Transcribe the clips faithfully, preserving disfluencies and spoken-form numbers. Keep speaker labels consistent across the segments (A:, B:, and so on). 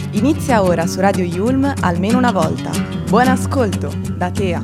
A: Inizia ora su Radio Yulm Almeno una volta. Buon ascolto da Tea.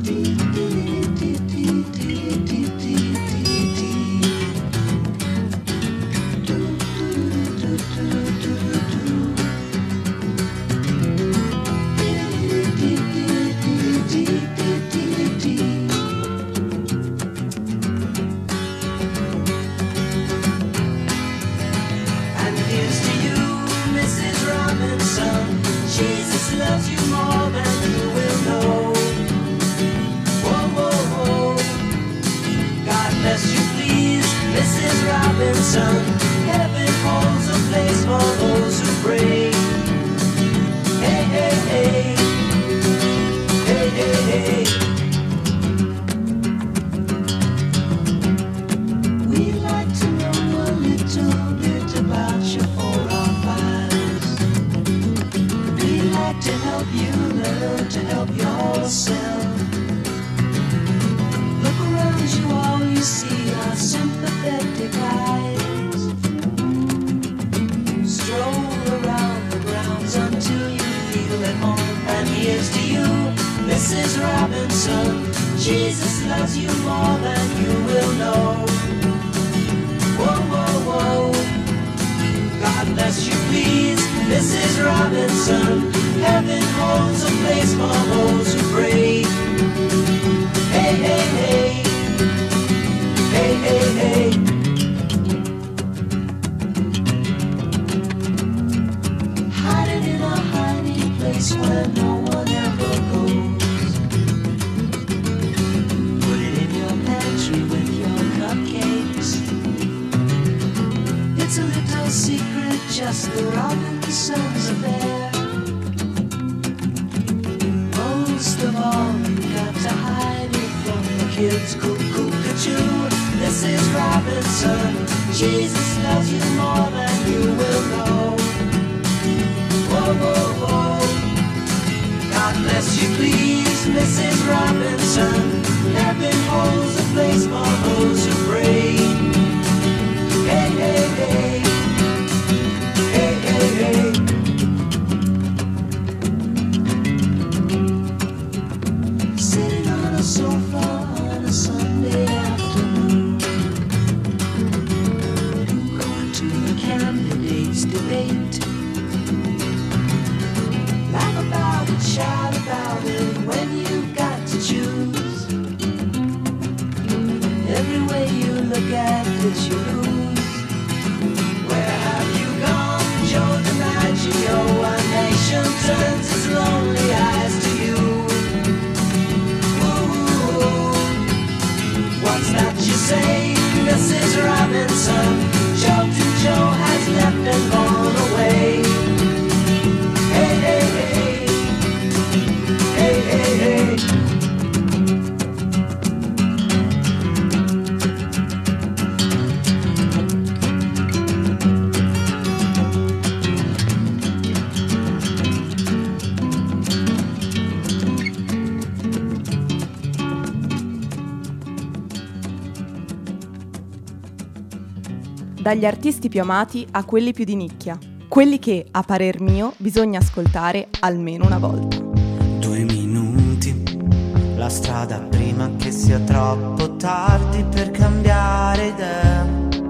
A: Dagli artisti più amati a quelli più di nicchia, quelli che, a parer mio, bisogna ascoltare almeno una volta.
B: Due minuti, la strada prima che sia troppo tardi per cambiare idea.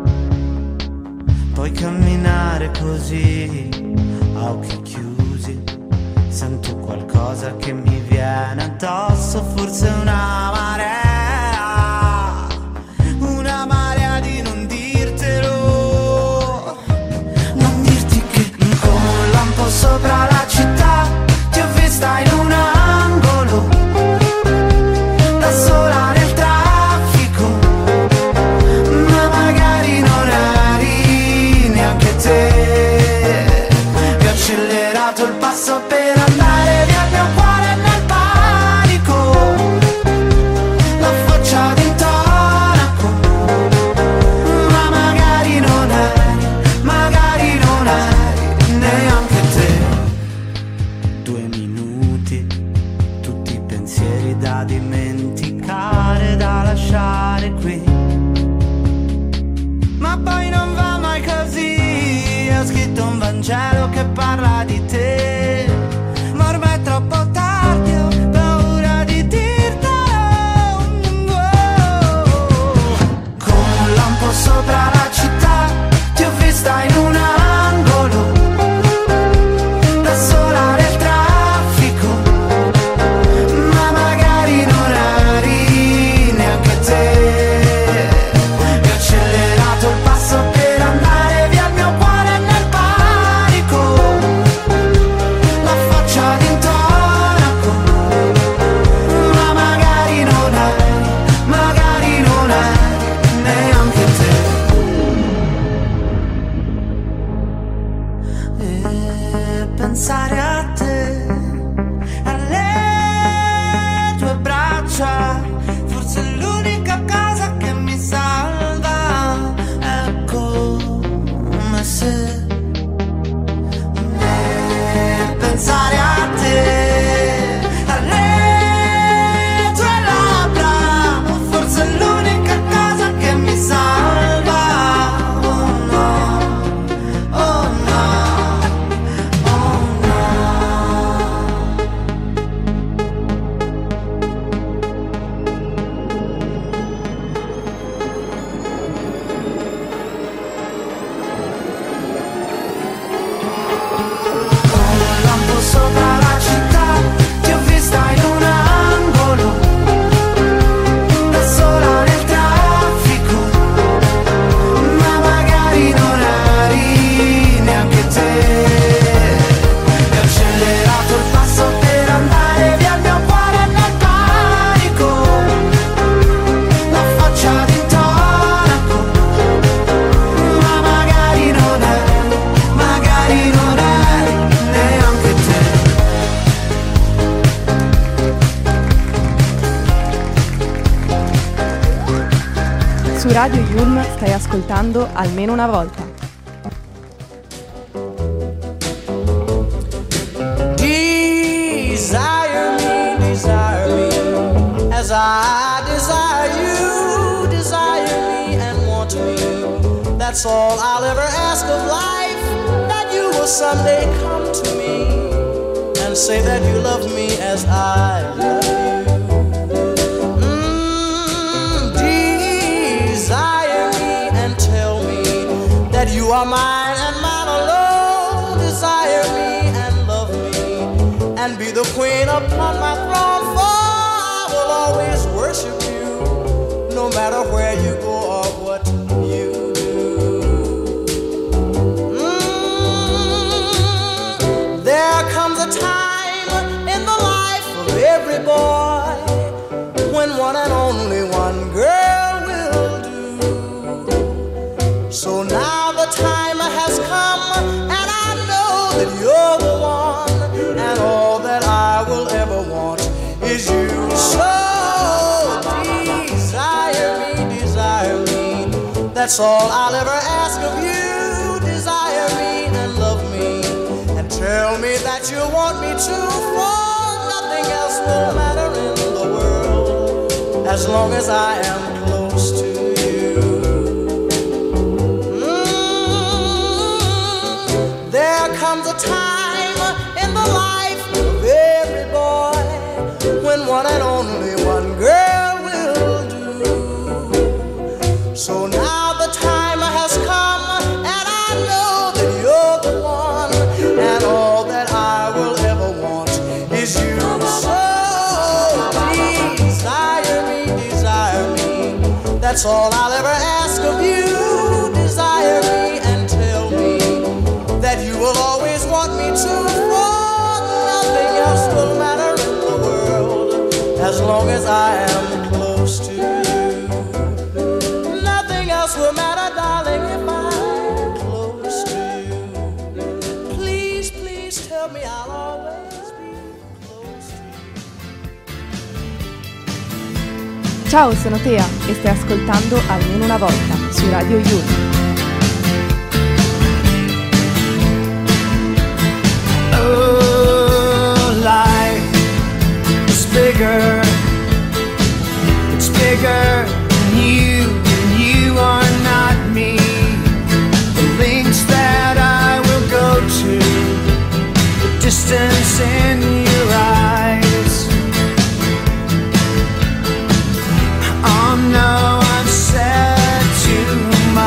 B: Puoi camminare così, a occhi chiusi, sento qualcosa che mi viene addosso, forse una marea. Sopra la città ti ho vista in un angolo, da sola nel traffico, ma magari non eri neanche te. Vi ho accelerato il passo per andare via, il mio cuore nel panico. sopra la città, ti ho vista in un angolo, da sola nel traffico, ma magari non eri neanche te. E ho accelerato il passo per andare via, il mio cuore nel panico, la faccia d'intonaco, ma magari non eri, magari non eri neanche te. E pensare a te, alle tue braccia, forse è l'unica cosa che mi salva. È come se e pensare a te, alle tue labbra, forse è l'unica cosa che mi salva. Oh no, oh no, oh no. Un lampo sopra la città, ti ho vista in un angolo, da sola nel traffico, ma magari non eri neanche te. E ho accelerato il passo per andare via, il mio cuore nel panico, la faccia d'intonaco, ma magari non eri, magari non eri neanche te.
A: Su Radio Yulm stai ascoltando Almeno una volta.
B: Desire me, desire me, as I desire you. Desire me and want me, that's all I'll ever ask of life. That you will someday come to me and say that you love me as I love you. Mm, desire me and tell me that you are mine and mine alone. Desire me and love me and be the queen upon my throne. For I will always worship you, no matter where you go or what you do. Mm, there comes a time in the life of every boy when one and only one girl will do. So now the time has come, and I know that you're the one, and all that I will ever want is you. So desire me, desire me, that's all I'll ever ask of you. Desire me and love me, and tell me that you want me to, for nothing else will matter in the world as long as I am close to you. Mm, there comes a time in the life of every boy when one and only one girl will do. So now the time has come, and I know that you're the one, and all that I will ever want is you. So desire me, desire me, that's all I'll ever ask of you. Desire me and tell me that you will always want me to, for nothing else will matter in the world as long as I am close to you. Nothing else will matter, darling, if I'm close to you. Please, please tell me I'll always be close to you.
A: Ciao, sono Tea e stai ascoltando Almeno una volta su Radio Yulm.
B: Oh, life is bigger, it's bigger than you, and you are not me. The links that I will go to, the distance in your eyes. Oh no, I've said too much.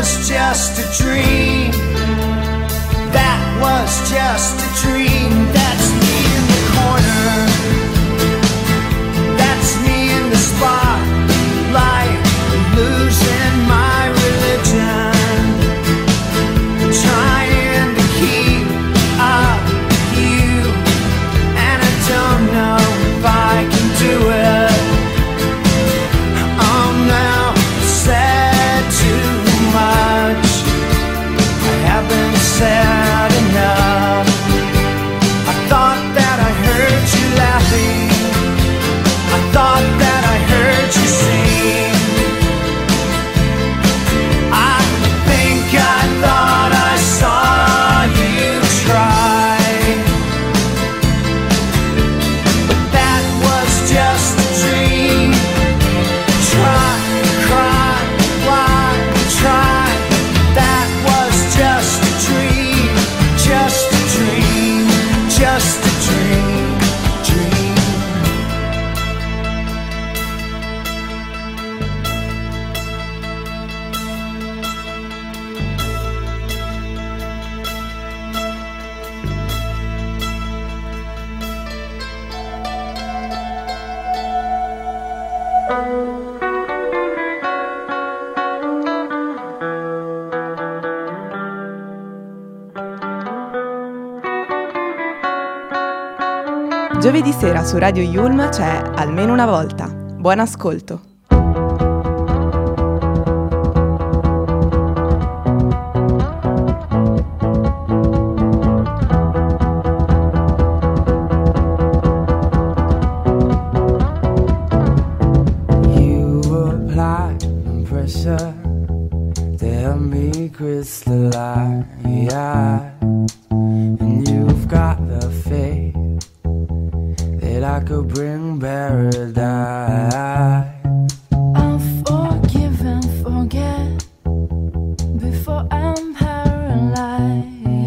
B: was just a dream. That was just a dream. That's me in the corner. That's me in the spotlight, losing my religion, trying to keep up with you, and I don't know if I can do it. I'm now said too much. I haven't said enough. I thought that I heard you laughing. I thought that I heard you sing. I think I thought I saw you try, but that was just a dream. Try, cry, why try? That was just a dream, just a dream, just a dream, dream.
A: Giovedì sera su Radio Yulm c'è Almeno una volta. Buon ascolto.
C: You apply pressure, tell me crystalline, and you've got the faith that I could bring paradise.
D: I'll forgive and forget before I'm paralyzed.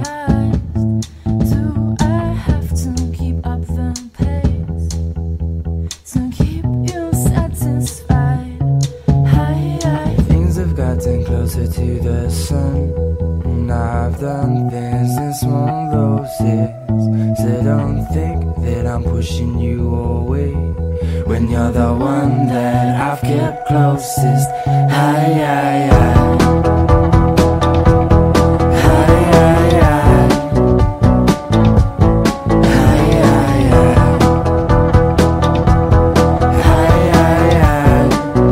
D: Do I have to keep up the pace to keep you satisfied? Hi, hi.
C: Things have gotten closer to the sun, and I've done things in small doses. So don't think that I'm pushing you away when you're the one that I've kept closest. Hi, hi, hi. Hi, hi, hi. Hi, hi, hi. Hi, hi, hi.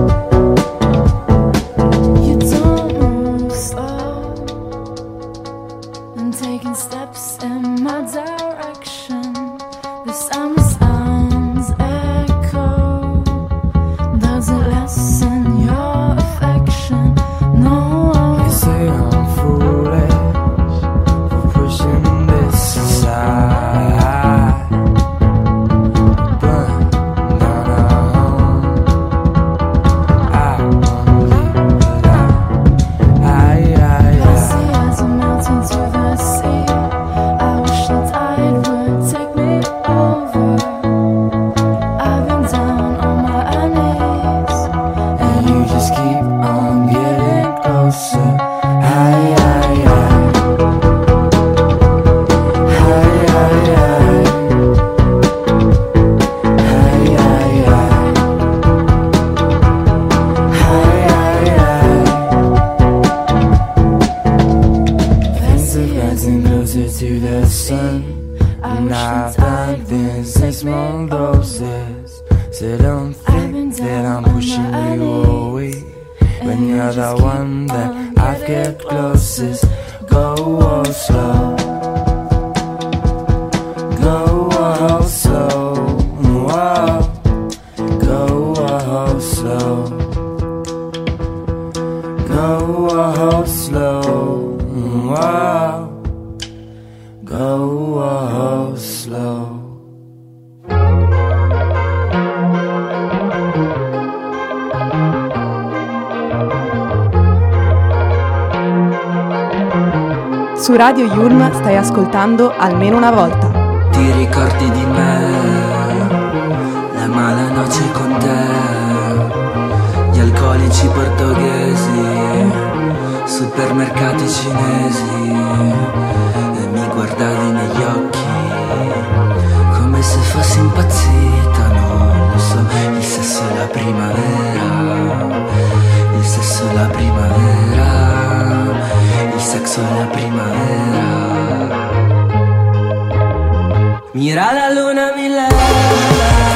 D: You don't move slow. I'm taking steps in my direction. The same sounds echo. Does it lessen your affection? No.
C: You say I'm foolish for pushing this aside. Burn down our home. I won't leave alive. Aye, aye,
D: I
C: aye.
D: see as I'm melting to the sea. I wish the tide would take me over. I've been down on my knees,
C: And you just keep on getting closer. Aye, aye, aye. Aye, aye, aye. Aye, aye, aye. Aye, aye, aye. Things have gotten closer to the sun, and I've done things in small doses. So don't think that I'm pushing you away when you're the one that I've kept closest. Go oh slow, go oh slow, whoa. Go oh slow, go oh slow, whoa. Go oh slow.
A: Su Radio Yulm stai ascoltando Almeno una volta.
E: Ti ricordi di me, le male noci con te, gli alcolici portoghesi, supermercati cinesi e mi guardavi negli occhi come se fossi impazzita, non lo so. Il sesso è la primavera, il sesso è la primavera, il sesso è la primavera. Mira la luna mille.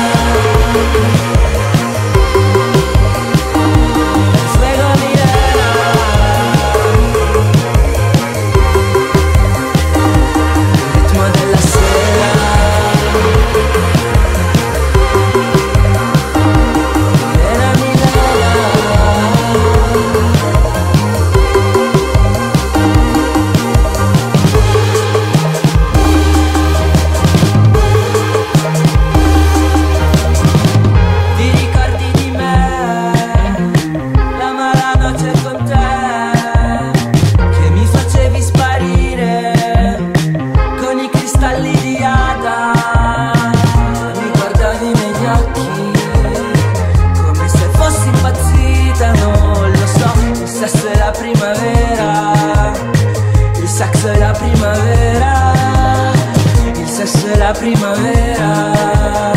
E: La primavera,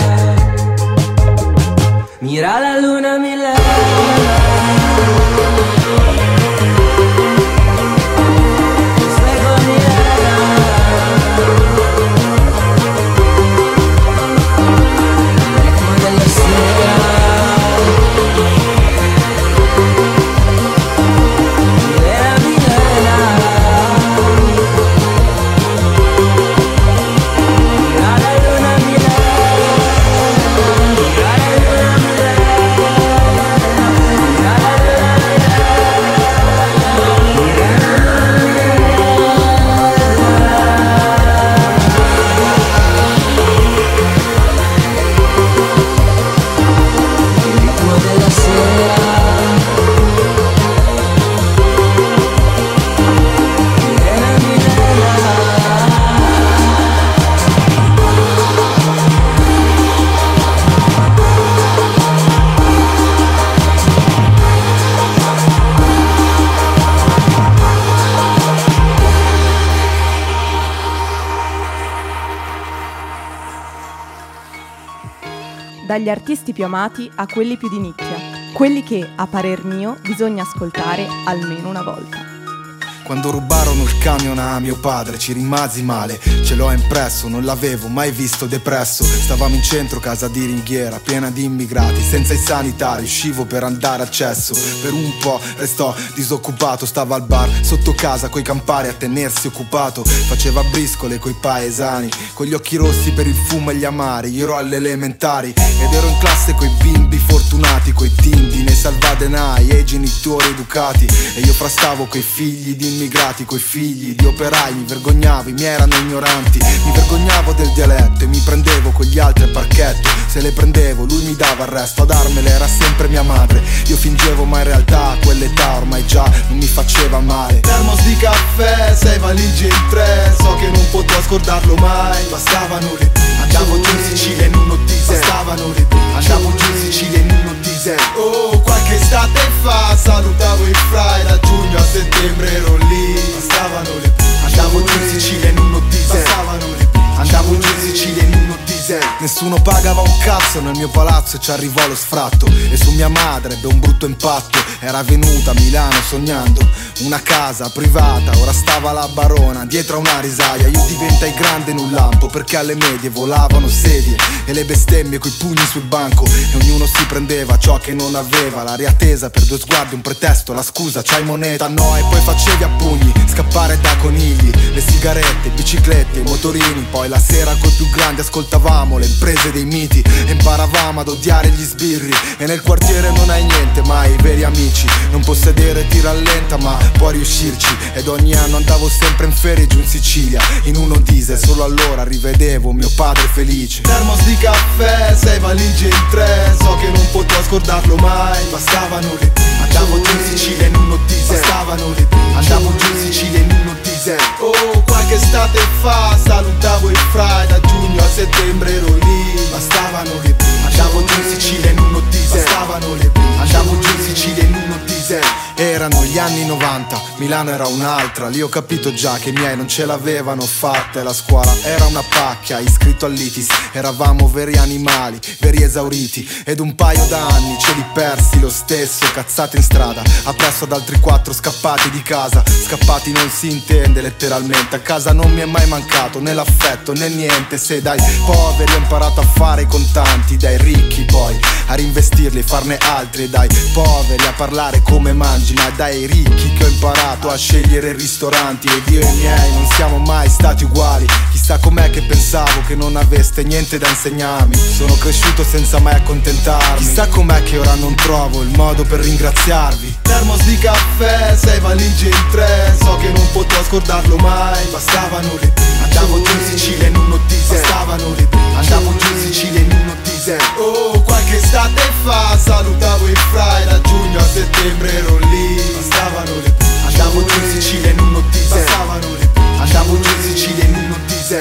E: mira la luna mille.
A: Dagli artisti più amati a quelli più di nicchia, quelli che, a parer mio, bisogna ascoltare almeno una volta.
F: Quando rubarono il camion a mio padre ci rimasi male, ce l'ho impresso, non l'avevo mai visto depresso. Stavamo in centro, casa di ringhiera, piena di immigrati, senza i sanitari, uscivo per andare al cesso. Per un po' restò disoccupato, stava al bar sotto casa coi campari a tenersi occupato. Faceva briscole coi paesani, con gli occhi rossi per il fumo e gli amari. Io ero alle elementari ed ero in classe coi bimbi fortunati, coi tindi nei salvadenai e i genitori educati. E io frastavo coi figli di immigrati, coi figli di operai, mi vergognavo, i miei erano ignoranti. Mi vergognavo del dialetto e mi prendevo con gli altri al parchetto. Se le prendevo lui mi dava il resto, a darmele era sempre mia madre. Io fingevo ma in realtà a quell'età ormai già non mi faceva male. Termos di caffè, sei valigie in tre, so che non potrò scordarlo mai. Bastavano le prime, andavo giù in Sicilia in uno diesel. Bastavano le prime, andavo giù in Sicilia in uno diesel. Oh, qualche estate fa salutavo i frai, da giugno a settembre ero lì. Bastavano le prime, andavo giù in Sicilia in uno diesel. Bastavano le prime, andavo giù in Sicilia in uno diesel. Nessuno pagava un cazzo nel mio palazzo e ci arrivò lo sfratto. E su mia madre ebbe un brutto impatto. Era venuta a Milano sognando una casa privata, ora stava la barona dietro a una risaia. Io diventai grande in un lampo perché alle medie volavano sedie e le bestemmie coi pugni sul banco. E ognuno si prendeva ciò che non aveva, l'aria tesa per due sguardi, un pretesto, la scusa, c'hai moneta? No, e poi facevi a pugni, scappare da conigli, le sigarette, biciclette, i motorini. Poi la sera coi più grandi ascoltavamo le imprese dei miti e imparavamo ad odiare gli sbirri. E nel quartiere non hai niente, mai veri amici. Non possedere ti rallenta ma può riuscirci. Ed ogni anno andavo sempre in ferie giù in Sicilia in uno diesel, solo allora rivedevo mio padre felice. Termos di caffè, sei valigie in tre, so che non potrò scordarlo mai. Bastavano le prime, andavo giù in Sicilia in uno diesel. Bastavano le prime, andavo giù in Sicilia in uno diesel. Oh, qualche estate fa salutavo i frai, da giugno a settembre ero lì. Bastavano le prime, andavo giù in Sicilia in uno diesel. Bastavano le prime, andavo giù in Sicilia in uno diesel. Erano gli negli anni novanta Milano era un'altra, lì ho capito già che i miei non ce l'avevano fatta e la scuola era una pacchia, iscritto all'Itis, eravamo veri animali, veri esauriti, ed un paio d'anni ce li persi lo stesso, cazzate in strada, appresso ad altri quattro scappati di casa, scappati non si intende letteralmente, a casa non mi è mai mancato né l'affetto né niente, se dai poveri ho imparato a fare i contanti, dai ricchi poi a reinvestirli e farne altri, e dai poveri a parlare come mangi, ma dai ricchi che ho imparato a scegliere ristoranti, ed io e i miei non siamo mai stati uguali, chissà com'è che pensavo che non aveste niente da insegnarmi, sono cresciuto senza mai accontentarmi, chissà com'è che ora non trovo il modo per ringraziarvi. Termos di caffè, sei valigie in tre, so che non potrò scordarlo mai, bastavano le prime, andavo giù in Sicilia in un diesel, bastavano le prime, andavo giù in Sicilia in un diesel, oh qualche estate fa salutavo il fry, da giugno a settembre ero lì, bastavano le prime, andavo giù in Sicilia in un diesel, bastavano le prime, andavo giù in Sicilia in un diesel.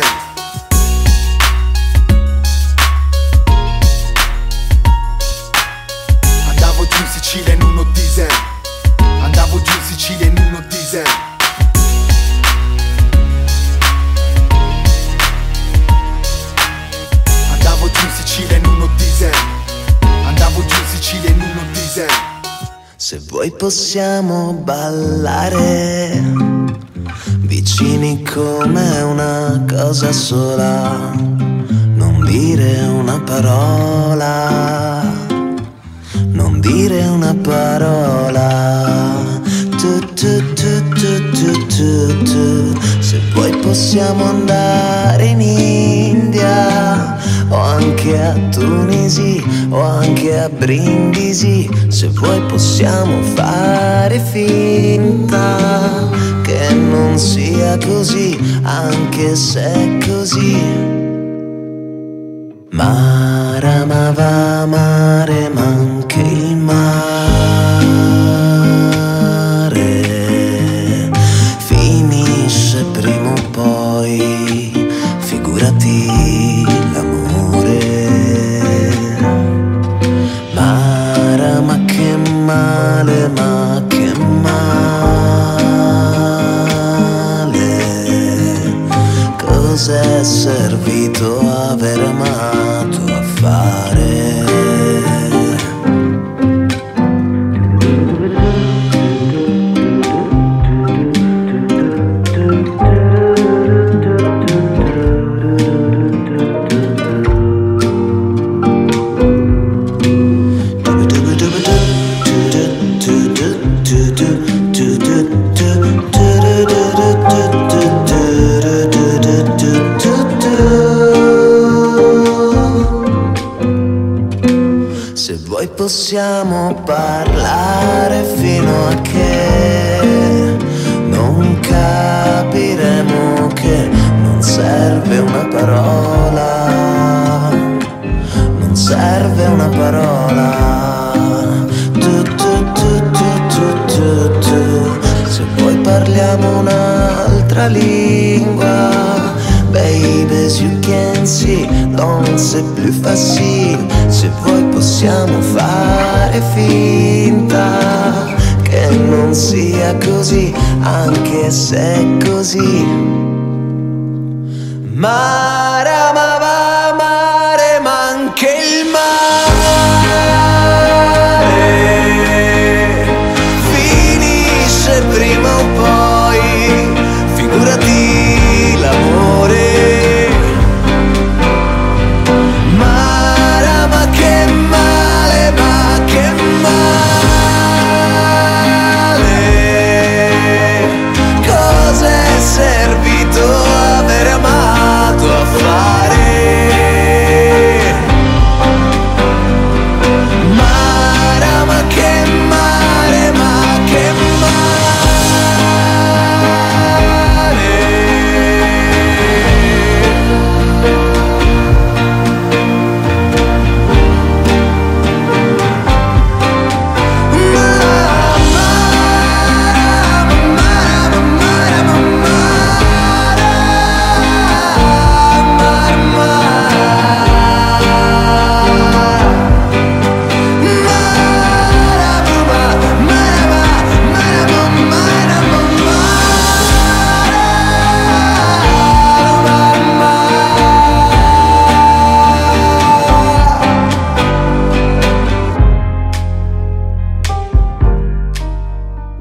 F: Andavo giù in Sicilia in uno diesel, andavo giù in Sicilia in uno diesel. Andavo giù in Sicilia in uno diesel, andavo giù in Sicilia in uno diesel.
G: Se vuoi possiamo ballare vicini come una cosa sola, non dire una parola, non dire una parola. Tu, tu, tu, tu, tu, tu, tu. Se vuoi possiamo andare in India o anche a Tunisi o anche a Brindisi. Se vuoi possiamo fare finta che non sia così, anche se è così. Mare ma va mare, ma anche il mare finisce prima o poi, figurati l'amore. Mare ma che male, ma che male, cos'è servito aver amato a fare? Possiamo parlare fino a che non capiremo che non serve una parola, non serve una parola. Tu, tu, tu, tu, tu, tu, tu. Se vuoi parliamo un'altra lingua, baby, as you can see, non c'est plus facile. Se vuoi possiamo fare finta che non sia così, anche se è così. Mare ma va mare, ma anche il mare finisce prima o poi, figurati l'amore. Servito aver amato a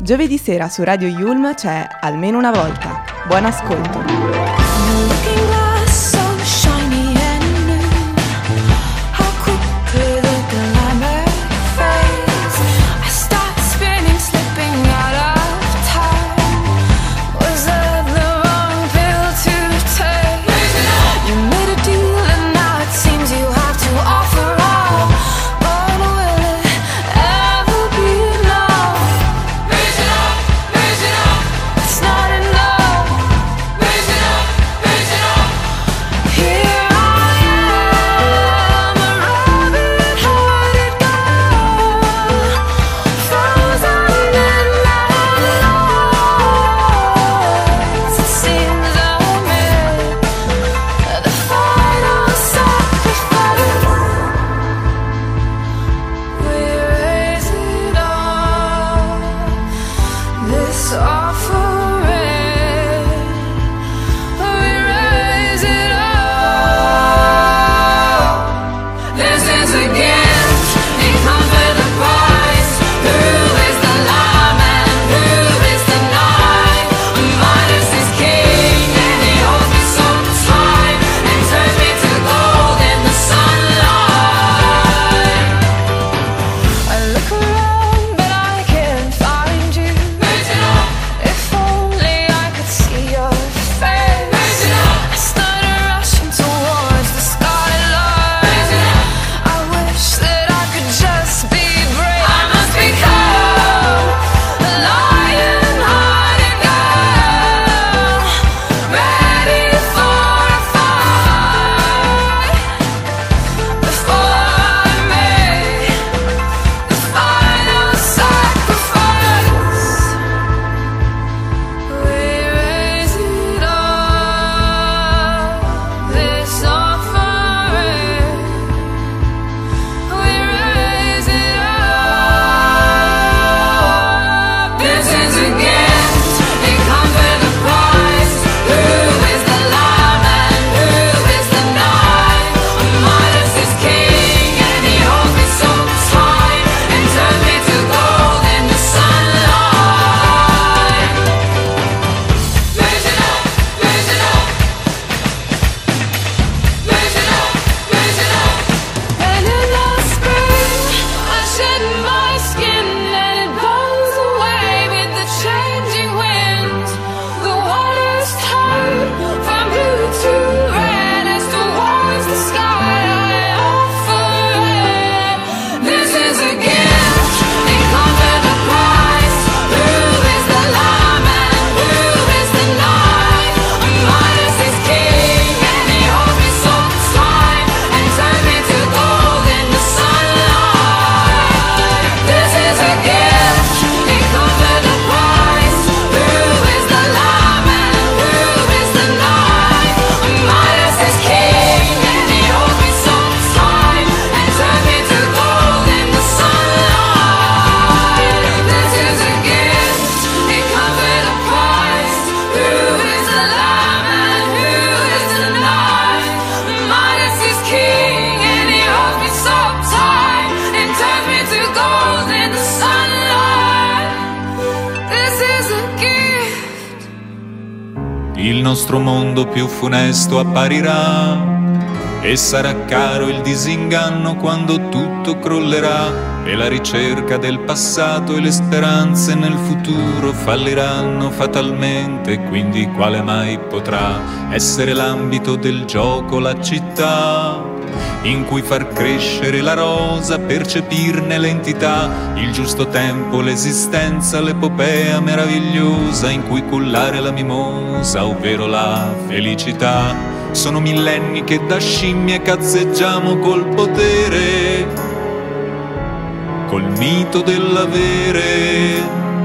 A: Giovedì sera su Radio Yulm c'è Almeno una volta. Buon ascolto.
H: Il nostro mondo più funesto apparirà e sarà caro il disinganno quando tutto crollerà e la ricerca del passato e le speranze nel futuro falliranno fatalmente, quindi quale mai potrà essere l'ambito del gioco, la città in cui far crescere la rosa, percepirne l'entità, il giusto tempo, l'esistenza, l'epopea meravigliosa in cui cullare la mimosa, ovvero la felicità. Sono millenni che da scimmie cazzeggiamo col potere, col mito dell'avere,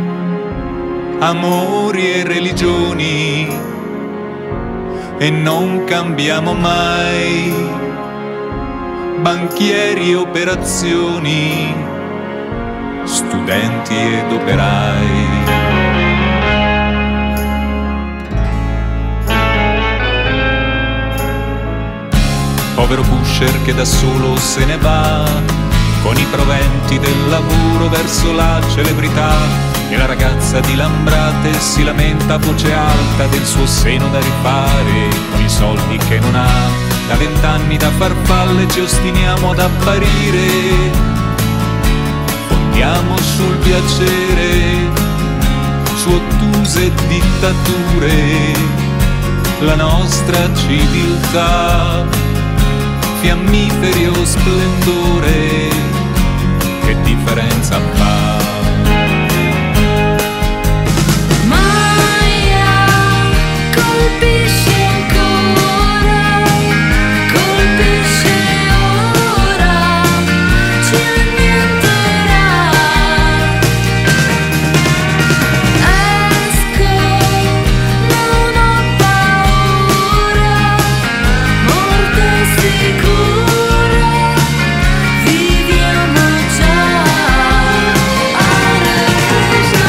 H: amori e religioni, e non cambiamo mai. Banchieri e operazioni, studenti ed operai. Povero pusher che da solo se ne va, con i proventi del lavoro verso la celebrità, E la ragazza di Lambrate si lamenta a voce alta del suo seno da rifare con i soldi che non ha. Da vent'anni da farfalle ci ostiniamo ad apparire, fondiamo sul piacere, su ottuse dittature, la nostra civiltà, fiammiferi o splendore, che differenza fa?
D: Colpisce ancora, colpisce ora, ci annienterà. Esco, non ho paura, morte sicura, viviamo già. Hare Krishna.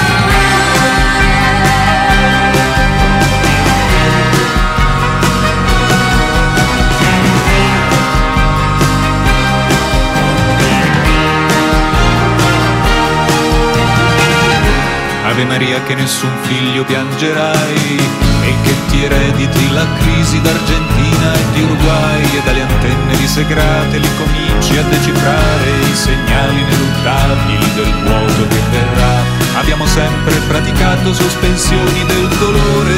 H: Ave Maria, che nessun figlio piangerai e che ti erediti la crisi d'Argentina e di Uruguay, e dalle antenne disegrate li cominci a decifrare i segnali ineluttabili del vuoto che verrà. Abbiamo sempre praticato sospensioni del dolore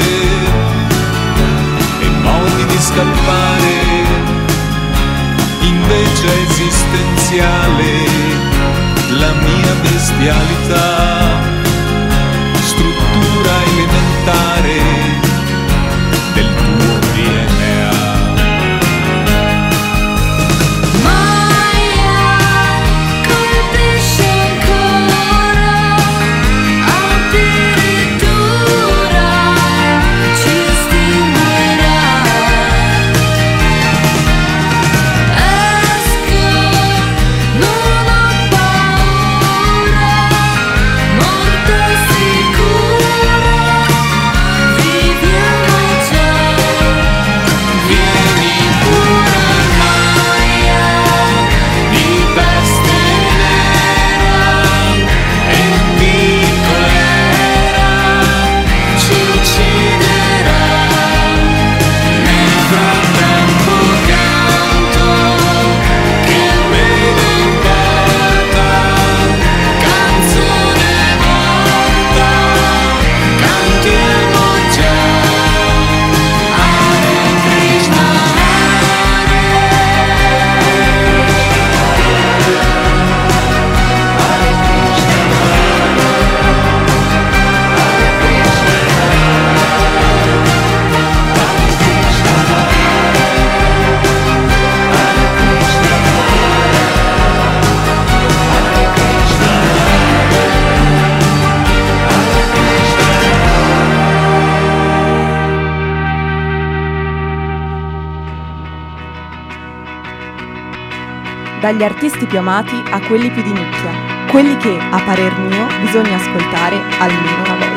H: e modi di scappare, invece è esistenziale la mia bestialità, struttura elementare del tuo D N A.
D: Maya colpisce ancora, addirittura ci estinguerà. Esco, non ho paura, morte sicura, viviamo già. Vieni pure Maya, di peste nera e di colera, ci ucciderà. Nel frattempo canto, che me ne importa, canzone morta, cantiamo già. Hare Krishna,
A: Dagli artisti più amati a quelli più di nicchia, quelli che, a parer mio, bisogna ascoltare almeno una volta.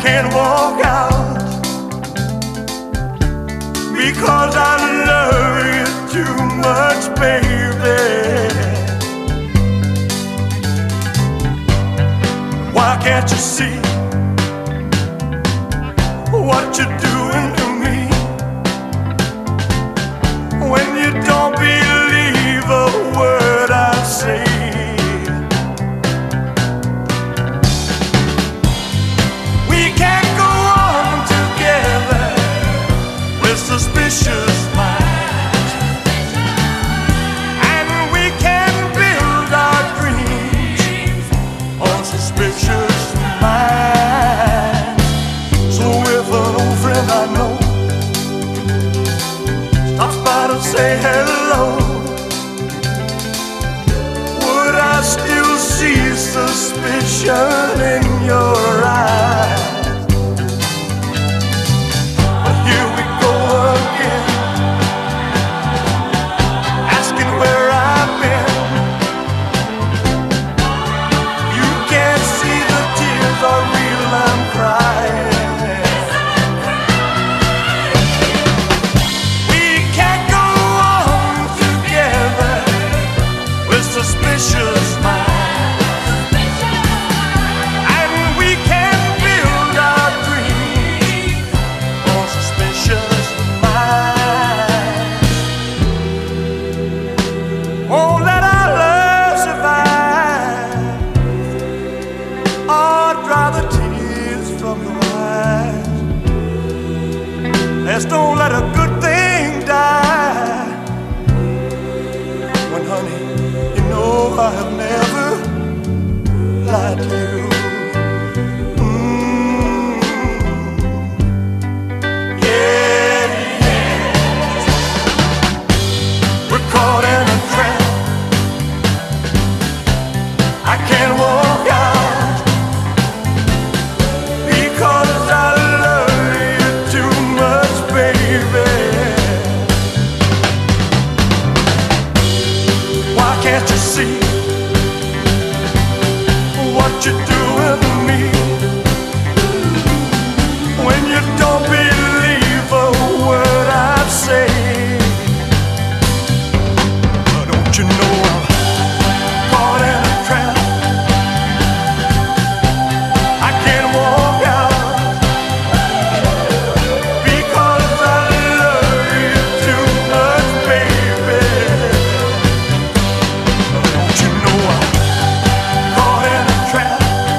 I: can't walk out because I love you too much, baby. Why can't you see what you're doing to me? When you don't believe a word I say, we can't go on together with suspicious minds, and we can build our dreams on suspicious minds. So if an old friend I know stops by to say hello, would I still see suspicion in your eyes? But here we go again, asking where I've been. You can't see the tears are real, I'm crying. Suspicious minds, and we can build our dreams on suspicious minds. Won't let our love survive or dry the tears from the eyes. Let's don't let a good thing die. When honey, I have never lied to you. Mm. Yeah, yeah. We're caught in a trap. I can't walk out because I love you too much, baby. Why can't you see what you're doing to me? When you don't believe a word I say, don't you know I'm caught in a trap? I can't walk out because I love you too much, baby. Don't you know I'm caught in a trap?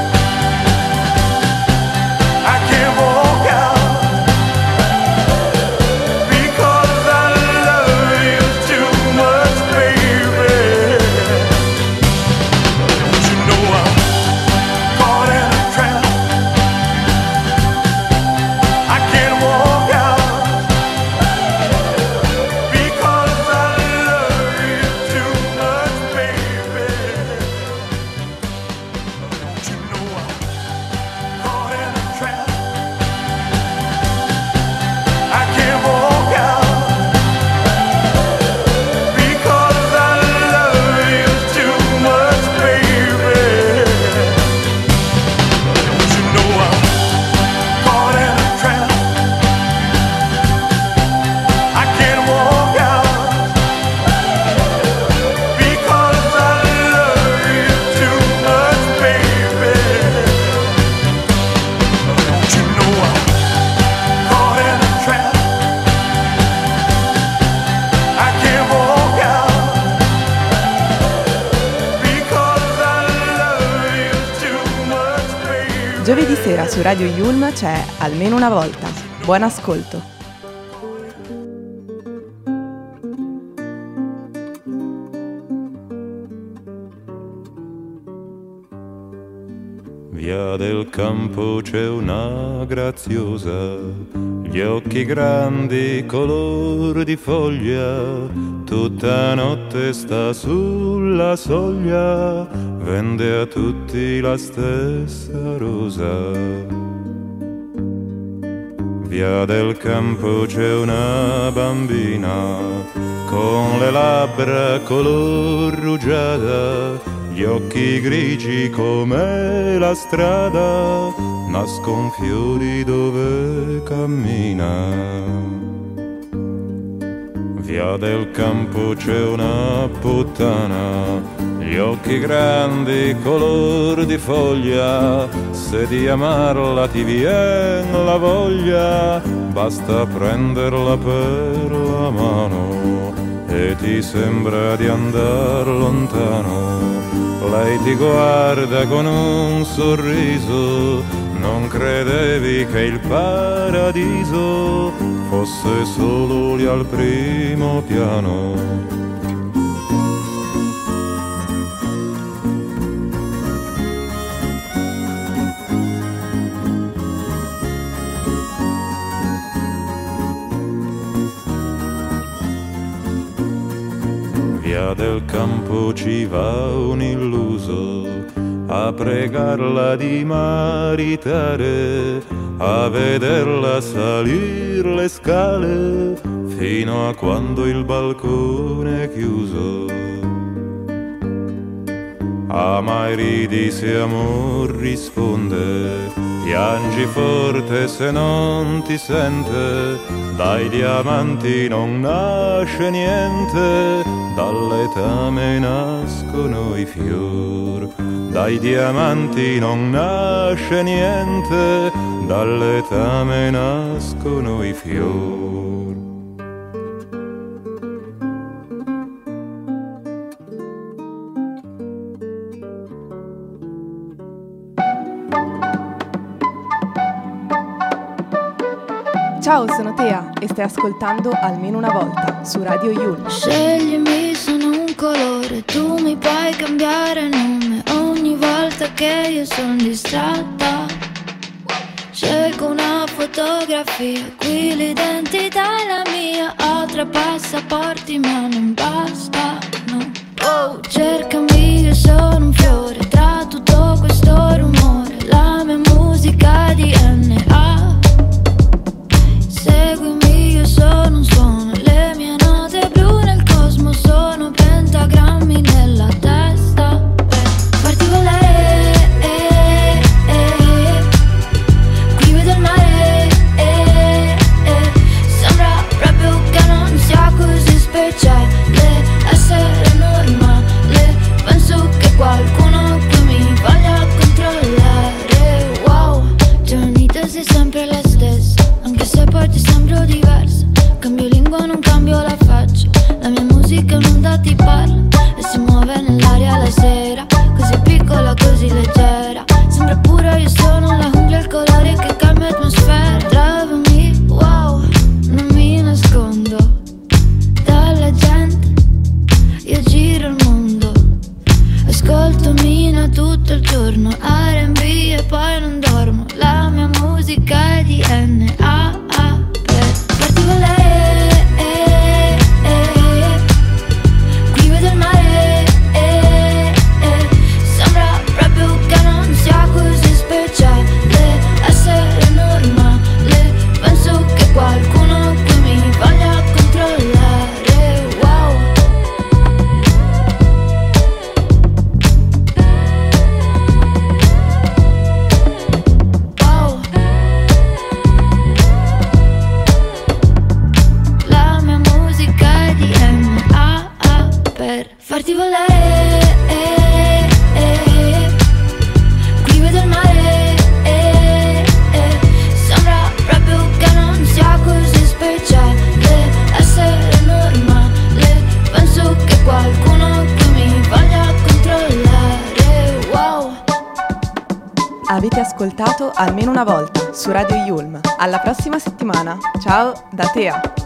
I: I can't walk out because I love you too much, baby. Don't you know I'm caught in a trap? I can't walk out because I love you too much, baby. Don't you know I'm caught in a trap? I can't walk out because I love you too much, baby. Don't you know I'm caught in a trap? I can't walk out because I love you too much, baby. Don't you know I'm caught in a trap? I can't walk out because I love you too much, baby.
A: Giovedì sera su Radio Yulm c'è Almeno una volta. Buon ascolto.
H: Via del campo c'è una graziosa, gli occhi grandi color di foglia, tutta notte sta sulla soglia, vende a tutti la stessa rosa. Via del campo c'è una bambina con le labbra color rugiada, gli occhi grigi come la strada,
J: nascon fiori dove cammina. Via del campo c'è una puttana, gli occhi grandi color di foglia, se di amarla ti vien la voglia, basta prenderla per la mano e ti sembra di andar lontano. Lei ti guarda con un sorriso, non credevi che il paradiso fosse solo lì al primo piano. Via del campo ci va un illuso a pregarla di maritare, a vederla salir le scale fino a quando il balcone è chiuso. Ah, mai ridi se amor risponde, piangi forte se non ti sente, dai diamanti non nasce niente, dall'etame nascono i fior. Dai diamanti non nasce niente, dall'etame nascono i fior.
A: Ciao, sono Tea e stai ascoltando Almeno una volta su Radio Yulm.
D: Sceglimi, sono un colore, tu mi puoi cambiare nome ogni volta che io sono distratta. Scelgo una fotografia, qui l'identità è la mia. Ho tre passaporti ma non basta, no. Oh, cercami, io sono un fiore tra tutto questo rumore, la mia musica D N A. Seguimi, io sono un suono, le mie note blu nel cosmo sono pentagrammi nella testa. Per farti volare, eh, eh, qui vedo il mare, eh, eh, sembra proprio che non sia così speciale essere normale, penso che qualcuno che mi voglia controllare. Wow, già unita sei sempre la stessa, anche se poi ti sembro diversa. Cambio lingua, non cambio la faccia, la mia musica un'onda ti parla e si muove nell'aria la sera, così piccola, così leggera. Sembra pura, io sono la giungla, il colore che cambia atmosfera. Trovami, wow, non mi nascondo dalla gente, io giro il mondo, ascolto Mina tutto il giorno, R and B e poi non dormo. La mia musica è D N A, per farti volare, eh, eh, qui vedo il mare, eh, eh, sembra proprio che non sia così speciale essere normale, penso che qualcuno che mi voglia controllare. Wow. Wow. La mia musica è D N A, per farti volare, eh, eh, qui vedo il mare, eh, eh, sembra proprio che non sia così speciale essere normale, penso che qualcuno che mi voglia controllare. Wow.
A: Avete ascoltato Almeno una volta su Radio Yulm. Alla prossima settimana. Ciao da Tea.